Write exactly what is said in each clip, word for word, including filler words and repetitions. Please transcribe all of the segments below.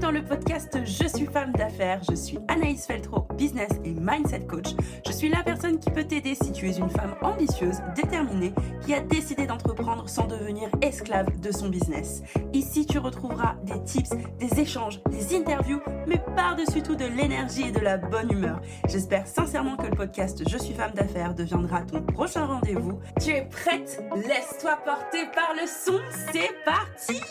dans le podcast Je suis femme d'affaires. Je suis Anaïs Feltro, business et mindset coach. Je suis la personne qui peut t'aider si tu es une femme ambitieuse, déterminée, qui a décidé d'entreprendre sans devenir esclave de son business. Ici, tu retrouveras des tips, des échanges, des interviews, mais par-dessus tout de l'énergie et de la bonne humeur. J'espère sincèrement que le podcast Je suis femme d'affaires deviendra ton prochain rendez-vous. Tu es prête? Laisse-toi porter par le son, c'est parti!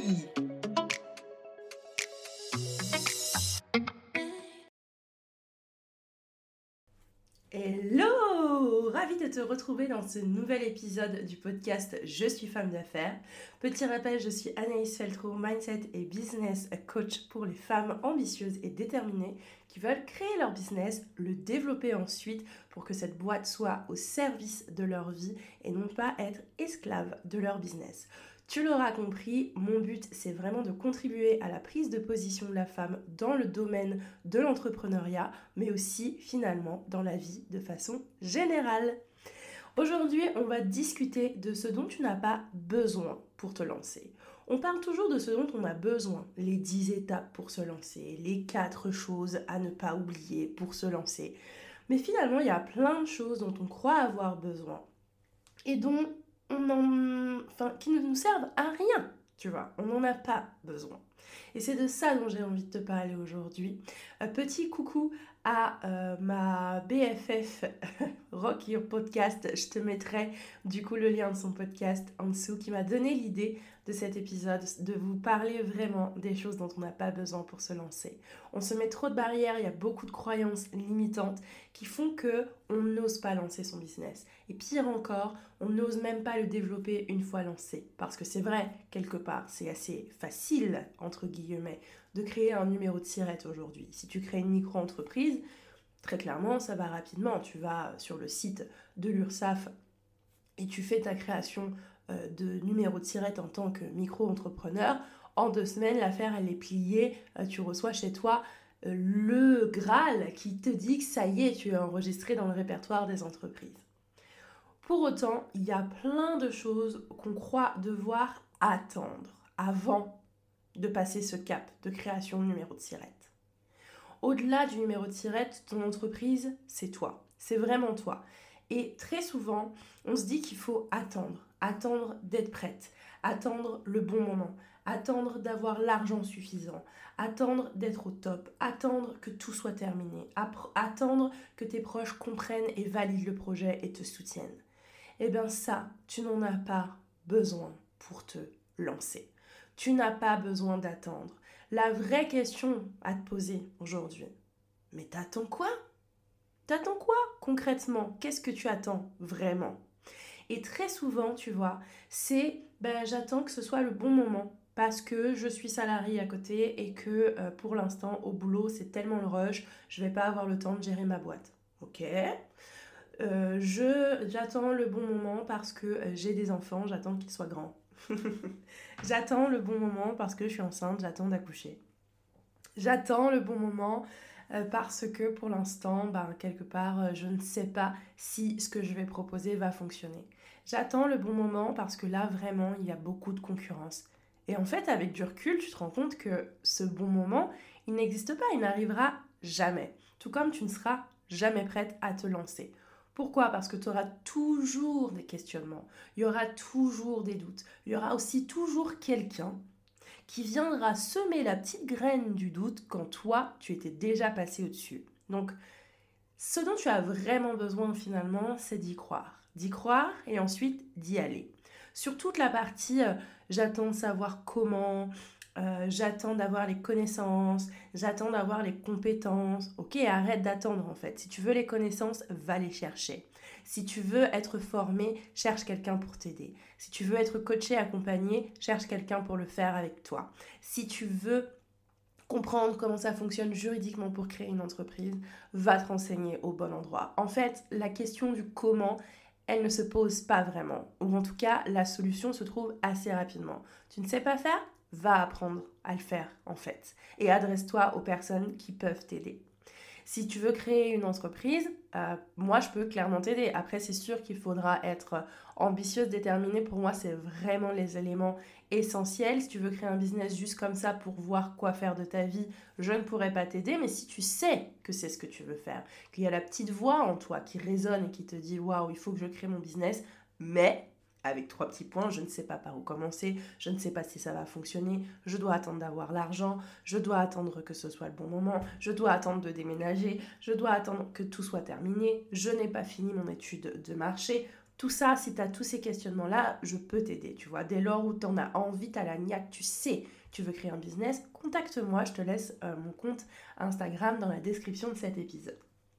Hello! Ravie de te retrouver dans ce nouvel épisode du podcast Je suis femme d'affaires. Petit rappel, je suis Anaïs Feltro, mindset et business coach pour les femmes ambitieuses et déterminées qui veulent créer leur business, le développer ensuite pour que cette boîte soit au service de leur vie et non pas être esclave de leur business. Tu l'auras compris, mon but c'est vraiment de contribuer à la prise de position de la femme dans le domaine de l'entrepreneuriat, mais aussi finalement dans la vie de façon générale. Aujourd'hui, on va discuter de ce dont tu n'as pas besoin pour te lancer. On parle toujours de ce dont on a besoin, les dix étapes pour se lancer, les quatre choses à ne pas oublier pour se lancer. Mais finalement, il y a plein de choses dont on croit avoir besoin et dont on en... enfin, qui ne nous servent à rien, tu vois, on n'en a pas besoin. Et c'est de ça dont j'ai envie de te parler aujourd'hui. Un petit coucou à euh, ma B F F Rock Your Podcast, je te mettrai du coup le lien de son podcast en dessous, qui m'a donné l'idée de cet épisode, de vous parler vraiment des choses dont on n'a pas besoin pour se lancer. On se met trop de barrières, il y a beaucoup de croyances limitantes qui font que on n'ose pas lancer son business. Et pire encore, on n'ose même pas le développer une fois lancé. Parce que c'est vrai, quelque part, c'est assez facile, entre guillemets, de créer un numéro de SIRET aujourd'hui. Si tu crées une micro-entreprise, très clairement, ça va rapidement. Tu vas sur le site de l'URSSAF et tu fais ta création euh, de numéro de SIRET en tant que micro-entrepreneur. En deux semaines, l'affaire, elle est pliée. Euh, tu reçois chez toi euh, le Graal qui te dit que ça y est, tu es enregistré dans le répertoire des entreprises. Pour autant, il y a plein de choses qu'on croit devoir attendre avant de passer ce cap de création de numéro de SIRET. Au-delà du numéro de SIRET, ton entreprise, c'est toi. C'est vraiment toi. Et très souvent, on se dit qu'il faut attendre. Attendre d'être prête. Attendre le bon moment. Attendre d'avoir l'argent suffisant. Attendre d'être au top. Attendre que tout soit terminé. Attendre que tes proches comprennent et valident le projet et te soutiennent. Eh bien ça, tu n'en as pas besoin pour te lancer. Tu n'as pas besoin d'attendre. La vraie question à te poser aujourd'hui, mais t'attends quoi ? T'attends quoi concrètement ? Qu'est-ce que tu attends vraiment ? Et très souvent, tu vois, c'est ben, j'attends que ce soit le bon moment parce que je suis salariée à côté et que euh, pour l'instant, au boulot, c'est tellement le rush, je vais pas avoir le temps de gérer ma boîte. Ok ? Euh, je, j'attends le bon moment parce que euh, j'ai des enfants, j'attends qu'ils soient grands. J'attends le bon moment parce que je suis enceinte, j'attends d'accoucher. J'attends le bon moment euh, parce que pour l'instant, ben, quelque part, euh, je ne sais pas si ce que je vais proposer va fonctionner. J'attends le bon moment parce que là, vraiment, il y a beaucoup de concurrence. Et en fait, avec du recul, tu te rends compte que ce bon moment, il n'existe pas, il n'arrivera jamais. Tout comme tu ne seras jamais prête à te lancer. Pourquoi ? Parce que tu auras toujours des questionnements, il y aura toujours des doutes, il y aura aussi toujours quelqu'un qui viendra semer la petite graine du doute quand toi, tu étais déjà passé au-dessus. Donc, ce dont tu as vraiment besoin finalement, c'est d'y croire. D'y croire et ensuite d'y aller. Sur toute la partie euh, « j'attends de savoir comment », Euh, j'attends d'avoir les connaissances, j'attends d'avoir les compétences. Ok, arrête d'attendre en fait. Si tu veux les connaissances, va les chercher. Si tu veux être formé, cherche quelqu'un pour t'aider. Si tu veux être coaché, accompagné, cherche quelqu'un pour le faire avec toi. Si tu veux comprendre comment ça fonctionne juridiquement pour créer une entreprise, va te renseigner au bon endroit. En fait, la question du comment, elle ne se pose pas vraiment. Ou en tout cas, la solution se trouve assez rapidement. Tu ne sais pas faire ? Va apprendre à le faire en fait et adresse-toi aux personnes qui peuvent t'aider. Si tu veux créer une entreprise, euh, moi, je peux clairement t'aider. Après, c'est sûr qu'il faudra être ambitieuse, déterminée. Pour moi, c'est vraiment les éléments essentiels. Si tu veux créer un business juste comme ça pour voir quoi faire de ta vie, je ne pourrais pas t'aider. Mais si tu sais que c'est ce que tu veux faire, qu'il y a la petite voix en toi qui résonne et qui te dit « Waouh, il faut que je crée mon business », mais avec trois petits points, je ne sais pas par où commencer, je ne sais pas si ça va fonctionner, je dois attendre d'avoir l'argent, je dois attendre que ce soit le bon moment, je dois attendre de déménager, je dois attendre que tout soit terminé, je n'ai pas fini mon étude de marché. Tout ça, si tu as tous ces questionnements-là, je peux t'aider, tu vois. Dès lors où tu en as envie, tu as la niaque, tu sais, tu veux créer un business, contacte-moi, je te laisse euh, mon compte Instagram dans la description de cet épisode.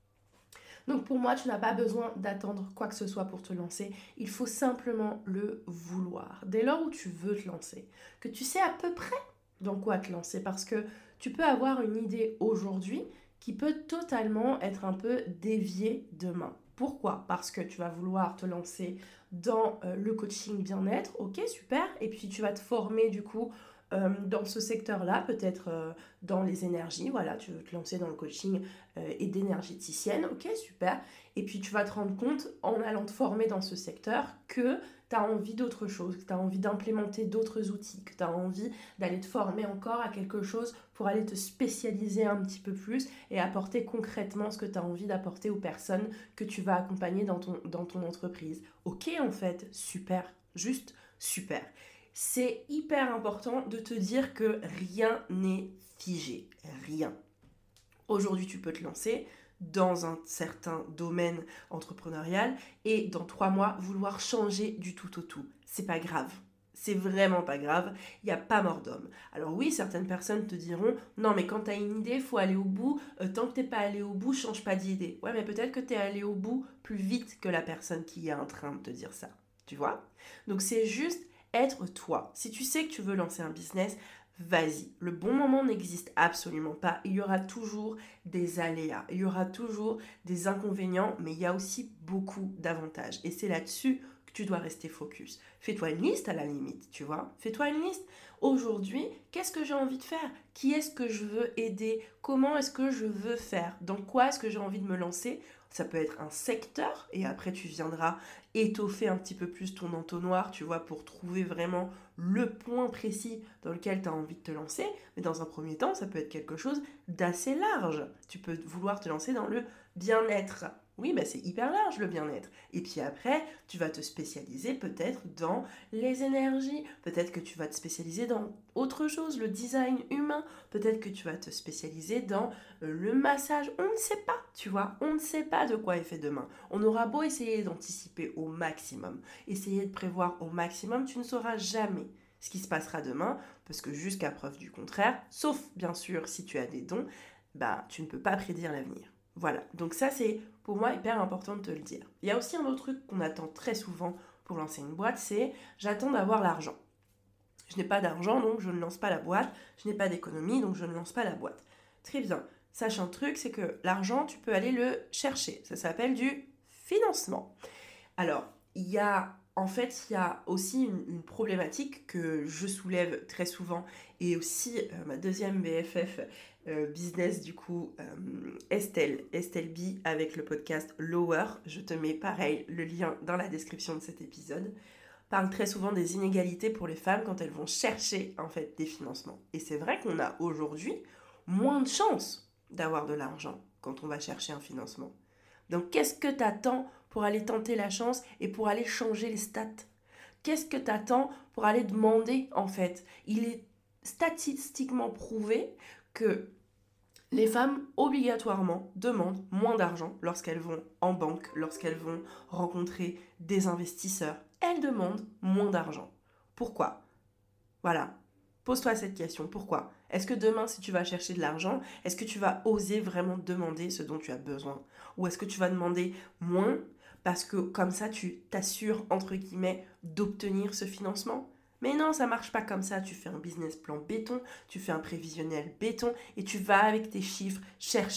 Donc pour moi, tu n'as pas besoin d'attendre quoi que ce soit pour te lancer. Il faut simplement le vouloir. Dès lors où tu veux te lancer, que tu sais à peu près dans quoi te lancer, parce que tu peux avoir une idée aujourd'hui qui peut totalement être un peu déviée demain. Pourquoi ? Parce que tu vas vouloir te lancer dans euh, le coaching bien-être, ok, super, et puis tu vas te former du coup euh, dans ce secteur-là, peut-être euh, dans les énergies, voilà, tu veux te lancer dans le coaching euh, et d'énergéticienne, ok, super, et puis tu vas te rendre compte en allant te former dans ce secteur que tu as envie d'autre chose, que tu as envie d'implémenter d'autres outils, que tu as envie d'aller te former encore à quelque chose pour aller te spécialiser un petit peu plus et apporter concrètement ce que tu as envie d'apporter aux personnes que tu vas accompagner dans ton, dans ton entreprise. Ok, en fait, super, juste super. C'est hyper important de te dire que rien n'est figé, rien. Aujourd'hui, tu peux te lancer dans un certain domaine entrepreneurial et dans trois mois, vouloir changer du tout au tout. C'est pas grave. C'est vraiment pas grave, il n'y a pas mort d'homme. Alors oui, certaines personnes te diront « Non, mais quand tu as une idée, il faut aller au bout. Euh, tant que tu n'es pas allé au bout, change pas d'idée. » Ouais, mais peut-être que tu es allé au bout plus vite que la personne qui est en train de te dire ça. Tu vois ? Donc c'est juste être toi. Si tu sais que tu veux lancer un business, vas-y. Le bon moment n'existe absolument pas. Il y aura toujours des aléas, il y aura toujours des inconvénients, mais il y a aussi beaucoup d'avantages. Et c'est là-dessus que tu dois rester focus. Fais-toi une liste à la limite, tu vois. Fais-toi une liste. Aujourd'hui, qu'est-ce que j'ai envie de faire ? Qui est-ce que je veux aider ? Comment est-ce que je veux faire ? Dans quoi est-ce que j'ai envie de me lancer ? Ça peut être un secteur, et après tu viendras étoffer un petit peu plus ton entonnoir, tu vois, pour trouver vraiment le point précis dans lequel tu as envie de te lancer. Mais dans un premier temps, ça peut être quelque chose d'assez large. Tu peux vouloir te lancer dans le bien-être. Oui, bah c'est hyper large le bien-être. Et puis après, tu vas te spécialiser peut-être dans les énergies. Peut-être que tu vas te spécialiser dans autre chose, le design humain. Peut-être que tu vas te spécialiser dans le massage. On ne sait pas, tu vois. On ne sait pas de quoi est fait demain. On aura beau essayer d'anticiper au maximum, essayer de prévoir au maximum, tu ne sauras jamais ce qui se passera demain, parce que jusqu'à preuve du contraire, sauf bien sûr si tu as des dons, bah, tu ne peux pas prédire l'avenir. Voilà, donc ça c'est pour moi hyper important de te le dire. Il y a aussi un autre truc qu'on attend très souvent pour lancer une boîte, c'est j'attends d'avoir l'argent. Je n'ai pas d'argent, donc je ne lance pas la boîte. Je n'ai pas d'économie, donc je ne lance pas la boîte. Très bien. Sache un truc, c'est que l'argent, tu peux aller le chercher. Ça s'appelle du financement. Alors, il y a... En fait, il y a aussi une, une problématique que je soulève très souvent et aussi euh, ma deuxième B F F euh, business, du coup, euh, Estelle, Estelle B avec le podcast Lower. Je te mets pareil le lien dans la description de cet épisode. Parle très souvent des inégalités pour les femmes quand elles vont chercher en fait des financements. Et c'est vrai qu'on a aujourd'hui moins de chances d'avoir de l'argent quand on va chercher un financement. Donc qu'est-ce que tu attends pour aller tenter la chance et pour aller changer les stats ? Qu'est-ce que tu attends pour aller demander en fait ? Il est statistiquement prouvé que les femmes obligatoirement demandent moins d'argent lorsqu'elles vont en banque, lorsqu'elles vont rencontrer des investisseurs. Elles demandent moins d'argent. Pourquoi ? Voilà. Pose-toi cette question. Pourquoi ? Est-ce que demain, si tu vas chercher de l'argent, est-ce que tu vas oser vraiment demander ce dont tu as besoin ? Ou est-ce que tu vas demander moins parce que comme ça, tu t'assures, entre guillemets, d'obtenir ce financement ? Mais non, ça marche pas comme ça. Tu fais un business plan béton, tu fais un prévisionnel béton et tu vas avec tes chiffres chercher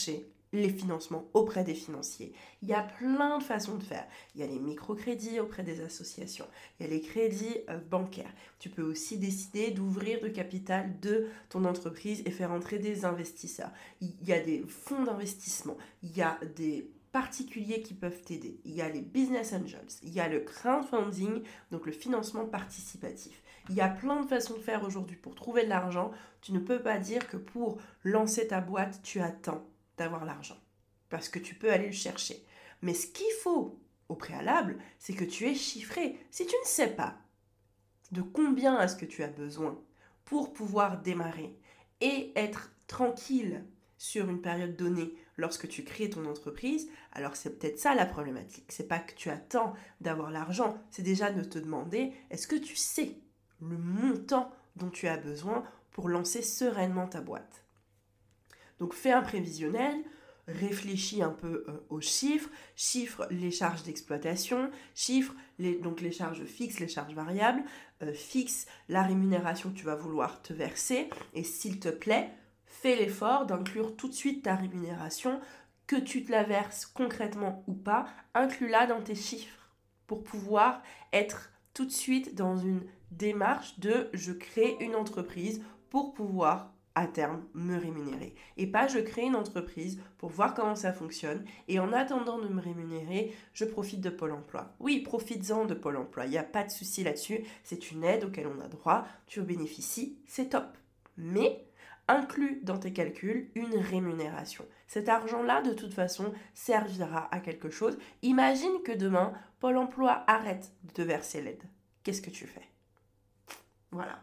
les financements auprès des financiers. Il y a plein de façons de faire. Il y a les microcrédits auprès des associations. Il y a les crédits euh, bancaires. Tu peux aussi décider d'ouvrir le capital de ton entreprise et faire entrer des investisseurs. Il y a des fonds d'investissement. Il y a des particuliers qui peuvent t'aider. Il y a les business angels. Il y a le crowdfunding, donc le financement participatif. Il y a plein de façons de faire aujourd'hui pour trouver de l'argent. Tu ne peux pas dire que pour lancer ta boîte, tu attends d'avoir l'argent, parce que tu peux aller le chercher. Mais ce qu'il faut au préalable, c'est que tu aies chiffré. Si tu ne sais pas de combien est-ce que tu as besoin pour pouvoir démarrer et être tranquille sur une période donnée lorsque tu crées ton entreprise, alors c'est peut-être ça la problématique. C'est pas que tu attends d'avoir l'argent, c'est déjà de te demander, est-ce que tu sais le montant dont tu as besoin pour lancer sereinement ta boîte? Donc fais un prévisionnel, réfléchis un peu euh, aux chiffres, chiffre les charges d'exploitation, chiffre les, donc les charges fixes, les charges variables, euh, fixe la rémunération que tu vas vouloir te verser et s'il te plaît, fais l'effort d'inclure tout de suite ta rémunération, que tu te la verses concrètement ou pas, inclus-la dans tes chiffres pour pouvoir être tout de suite dans une démarche de je crée une entreprise pour pouvoir à terme me rémunérer. Et pas je crée une entreprise pour voir comment ça fonctionne et en attendant de me rémunérer, je profite de Pôle emploi. Oui, profites-en de Pôle emploi, il n'y a pas de souci là-dessus, c'est une aide auquel on a droit, tu en bénéficies, c'est top. Mais inclus dans tes calculs une rémunération. Cet argent-là, de toute façon, servira à quelque chose. Imagine que demain, Pôle emploi arrête de te verser l'aide. Qu'est-ce que tu fais? Voilà.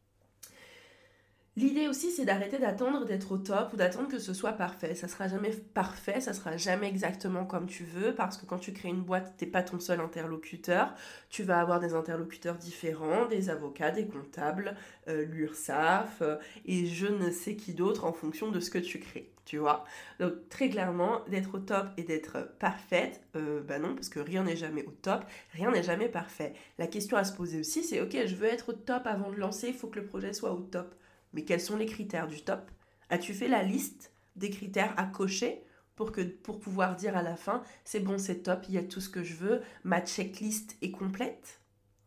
L'idée aussi, c'est d'arrêter d'attendre d'être au top ou d'attendre que ce soit parfait. Ça sera jamais parfait, ça sera jamais exactement comme tu veux parce que quand tu crées une boîte, t'es pas ton seul interlocuteur. Tu vas avoir des interlocuteurs différents, des avocats, des comptables, euh, l'URSSAF euh, et je ne sais qui d'autre en fonction de ce que tu crées, tu vois. Donc très clairement, d'être au top et d'être parfaite, euh, bah non, parce que rien n'est jamais au top, rien n'est jamais parfait. La question à se poser aussi, c'est ok, je veux être au top avant de lancer, il faut que le projet soit au top. Mais quels sont les critères du top? As-tu fait la liste des critères à cocher pour, que, pour pouvoir dire à la fin, c'est bon, c'est top, il y a tout ce que je veux, ma checklist est complète?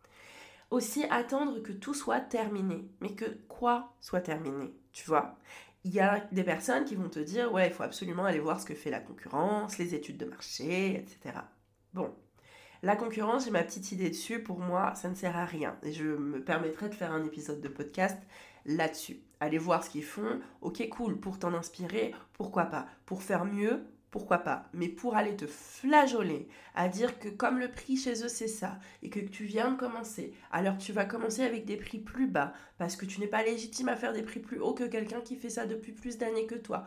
Aussi, attendre que tout soit terminé. Mais que quoi soit terminé, tu vois? Il y a des personnes qui vont te dire, ouais, il faut absolument aller voir ce que fait la concurrence, les études de marché, et cetera. Bon, la concurrence, j'ai ma petite idée dessus, pour moi, ça ne sert à rien. Et je me permettrai de faire un épisode de podcast là-dessus. Allez voir ce qu'ils font, ok cool, pour t'en inspirer, pourquoi pas. Pour faire mieux, pourquoi pas. Mais pour aller te flageoler, à dire que comme le prix chez eux c'est ça, et que tu viens de commencer, alors tu vas commencer avec des prix plus bas, parce que tu n'es pas légitime à faire des prix plus hauts que quelqu'un qui fait ça depuis plus d'années que toi.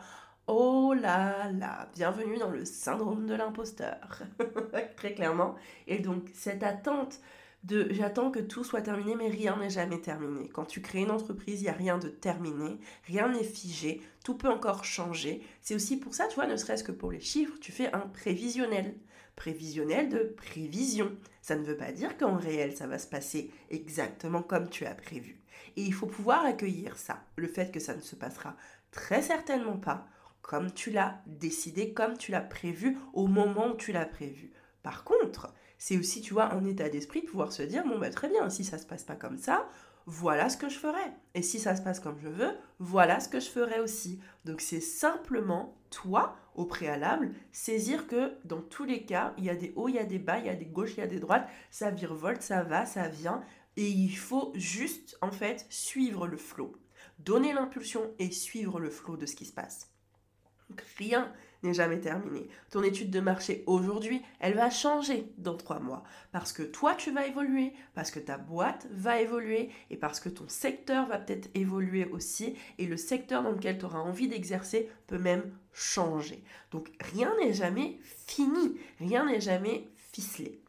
Oh là là, bienvenue dans le syndrome de l'imposteur, très clairement. Et donc cette attente de j'attends que tout soit terminé, mais rien n'est jamais terminé. Quand tu crées une entreprise, il n'y a rien de terminé, rien n'est figé, tout peut encore changer. C'est aussi pour ça, tu vois, ne serait-ce que pour les chiffres, tu fais un prévisionnel. Prévisionnel de prévision. Ça ne veut pas dire qu'en réel, ça va se passer exactement comme tu as prévu. Et il faut pouvoir accueillir ça, le fait que ça ne se passera très certainement pas comme tu l'as décidé, comme tu l'as prévu au moment où tu l'as prévu. Par contre, c'est aussi, tu vois, un état d'esprit de pouvoir se dire, bon, bah, très bien, si ça se passe pas comme ça, voilà ce que je ferai. Et si ça se passe comme je veux, voilà ce que je ferai aussi. Donc, c'est simplement, toi, au préalable, saisir que dans tous les cas, il y a des hauts, il y a des bas, il y a des gauches, il y a des droites, ça virevolte, ça va, ça vient. Et il faut juste, en fait, suivre le flot. Donner l'impulsion et suivre le flot de ce qui se passe. Donc, rien n'est jamais terminé. Ton étude de marché aujourd'hui, elle va changer dans trois mois. Parce que toi, tu vas évoluer, parce que ta boîte va évoluer et parce que ton secteur va peut-être évoluer aussi. Et le secteur dans lequel tu auras envie d'exercer peut même changer. Donc, rien n'est jamais fini. Rien n'est jamais ficelé.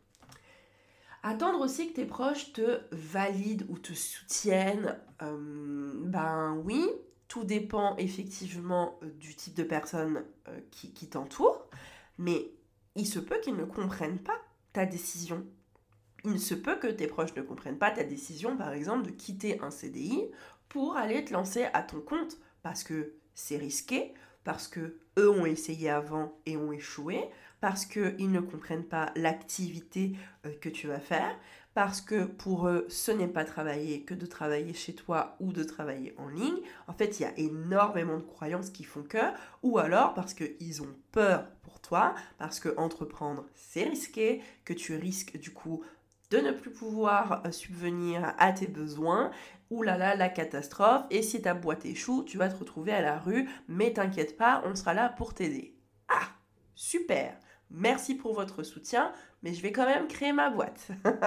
Attendre aussi que tes proches te valident ou te soutiennent, euh, ben oui, tout dépend effectivement du type de personne euh, qui, qui t'entoure, mais il se peut qu'ils ne comprennent pas ta décision. Il se peut que tes proches ne comprennent pas ta décision, par exemple, de quitter un C D I pour aller te lancer à ton compte, parce que c'est risqué, parce que eux ont essayé avant et ont échoué, parce qu'ils ne comprennent pas l'activité euh, que tu vas faire, parce que pour eux, ce n'est pas travailler que de travailler chez toi ou de travailler en ligne. En fait, il y a énormément de croyances qui font que, ou alors parce qu'ils ont peur pour toi, parce que entreprendre, c'est risqué, que tu risques du coup de ne plus pouvoir subvenir à tes besoins, ouh là là, la catastrophe, et si ta boîte échoue, tu vas te retrouver à la rue, mais t'inquiète pas, on sera là pour t'aider. Ah, super, merci pour votre soutien, mais je vais quand même créer ma boîte.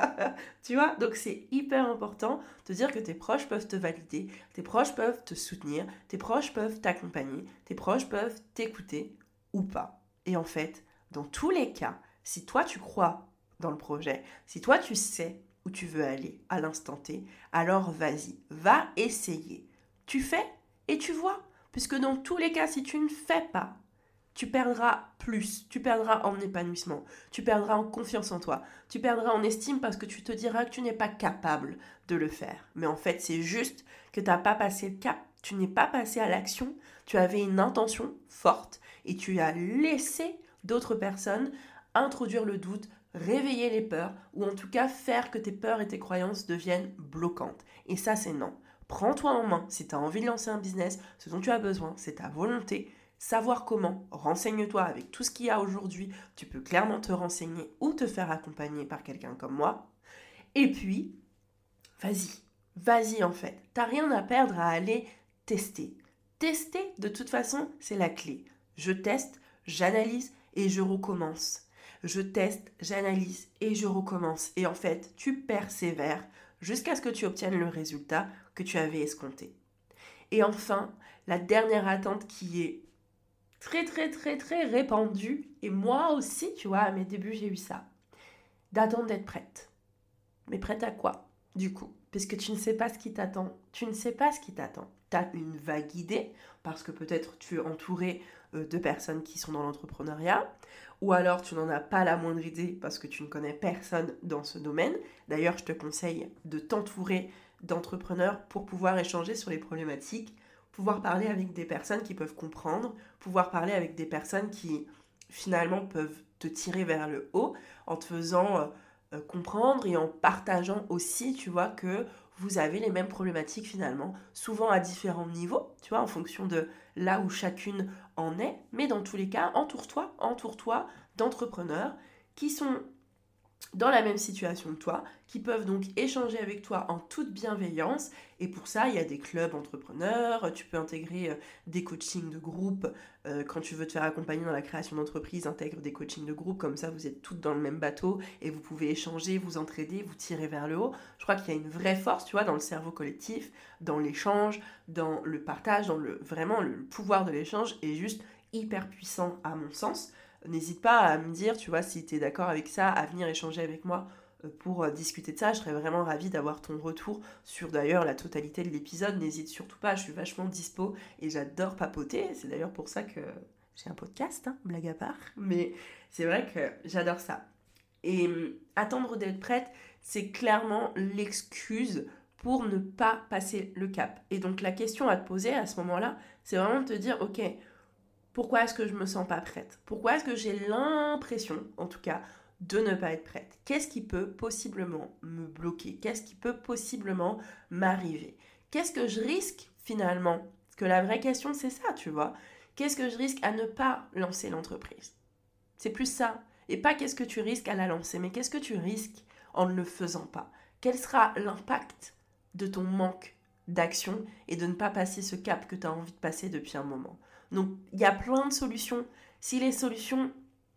Tu vois, donc c'est hyper important de dire que tes proches peuvent te valider, tes proches peuvent te soutenir, tes proches peuvent t'accompagner, tes proches peuvent t'écouter ou pas. Et en fait, dans tous les cas, si toi tu crois dans le projet, si toi tu sais où tu veux aller à l'instant T, alors vas-y, va essayer. Tu fais et tu vois, puisque dans tous les cas, si tu ne fais pas, tu perdras plus, tu perdras en épanouissement, tu perdras en confiance en toi, tu perdras en estime parce que tu te diras que tu n'es pas capable de le faire. Mais en fait, c'est juste que tu n'as pas passé le cap, tu n'es pas passé à l'action, tu avais une intention forte et tu as laissé d'autres personnes introduire le doute, réveiller les peurs ou en tout cas faire que tes peurs et tes croyances deviennent bloquantes. Et ça, c'est non. Prends-toi en main si tu as envie de lancer un business, ce dont tu as besoin, c'est ta volonté. Savoir comment, renseigne-toi avec tout ce qu'il y a aujourd'hui. Tu peux clairement te renseigner ou te faire accompagner par quelqu'un comme moi. Et puis, vas-y, vas-y en fait. T'as rien à perdre à aller tester. Tester, de toute façon, c'est la clé. Je teste, j'analyse et je recommence. Je teste, j'analyse et je recommence. Et en fait, tu persévères jusqu'à ce que tu obtiennes le résultat que tu avais escompté. Et enfin, la dernière attente qui est très très très très répandue, et moi aussi, tu vois, à mes débuts, j'ai eu ça, d'attendre d'être prête. Mais prête à quoi, du coup? Puisque tu ne sais pas ce qui t'attend. Tu ne sais pas ce qui t'attend. Tu as une vague idée, parce que peut-être tu es entouré de personnes qui sont dans l'entrepreneuriat, ou alors tu n'en as pas la moindre idée parce que tu ne connais personne dans ce domaine. D'ailleurs, je te conseille de t'entourer d'entrepreneurs pour pouvoir échanger sur les problématiques, pouvoir parler avec des personnes qui peuvent comprendre, pouvoir parler avec des personnes qui finalement peuvent te tirer vers le haut en te faisant euh, comprendre et en partageant aussi, tu vois, que vous avez les mêmes problématiques finalement, souvent à différents niveaux, tu vois, en fonction de là où chacune en est. Mais dans tous les cas, entoure-toi, entoure-toi d'entrepreneurs qui sont dans la même situation que toi, qui peuvent donc échanger avec toi en toute bienveillance. Et pour ça, il y a des clubs entrepreneurs, tu peux intégrer euh, des coachings de groupe. Euh, quand tu veux te faire accompagner dans la création d'entreprise, intègre des coachings de groupe, comme ça vous êtes toutes dans le même bateau et vous pouvez échanger, vous entraider, vous tirer vers le haut. Je crois qu'il y a une vraie force, tu vois, dans le cerveau collectif, dans l'échange, dans le partage, dans le vraiment le pouvoir de l'échange est juste hyper puissant à mon sens. N'hésite pas à me dire, tu vois, si tu es d'accord avec ça, à venir échanger avec moi pour discuter de ça. Je serais vraiment ravie d'avoir ton retour sur d'ailleurs la totalité de l'épisode. N'hésite surtout pas, je suis vachement dispo et j'adore papoter. C'est d'ailleurs pour ça que j'ai un podcast, hein, blague à part. Mais c'est vrai que j'adore ça. Et attendre d'être prête, c'est clairement l'excuse pour ne pas passer le cap. Et donc la question à te poser à ce moment-là, c'est vraiment de te dire, ok, pourquoi est-ce que je me sens pas prête? Pourquoi est-ce que j'ai l'impression, en tout cas, de ne pas être prête? Qu'est-ce qui peut possiblement me bloquer? Qu'est-ce qui peut possiblement m'arriver? Qu'est-ce que je risque finalement? Parce que la vraie question, c'est ça, tu vois. Qu'est-ce que je risque à ne pas lancer l'entreprise? C'est plus ça. Et pas qu'est-ce que tu risques à la lancer, mais qu'est-ce que tu risques en ne le faisant pas? Quel sera l'impact de ton manque d'action et de ne pas passer ce cap que tu as envie de passer depuis un moment? Donc, il y a plein de solutions. Si les solutions,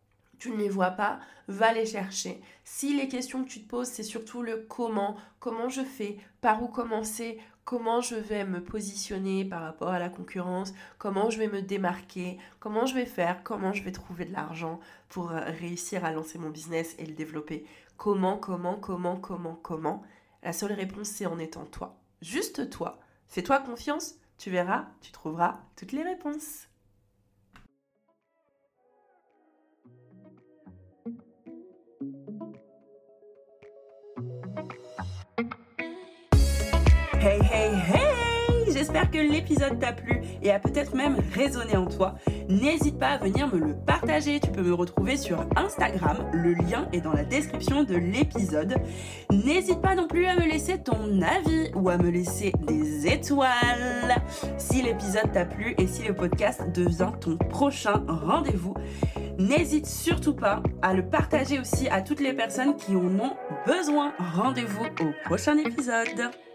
tu ne les vois pas, va les chercher. Si les questions que tu te poses, c'est surtout le comment, comment je fais, par où commencer, comment je vais me positionner par rapport à la concurrence, comment je vais me démarquer, comment je vais faire, comment je vais trouver de l'argent pour réussir à lancer mon business et le développer. Comment, comment, comment, comment, comment. La seule réponse, c'est en étant toi. Juste toi. Fais-toi confiance. Tu verras, tu trouveras toutes les réponses. Hey, hey, hey! J'espère J'espère que l'épisode t'a plu et a peut-être même résonné en toi. N'hésite pas à venir me le partager. Tu peux me retrouver sur Instagram. Le lien est dans la description de l'épisode. N'hésite pas non plus à me laisser ton avis ou à me laisser des étoiles si l'épisode t'a plu et si le podcast devient ton prochain rendez-vous. N'hésite surtout pas à le partager aussi à toutes les personnes qui en ont besoin. Rendez-vous au prochain épisode.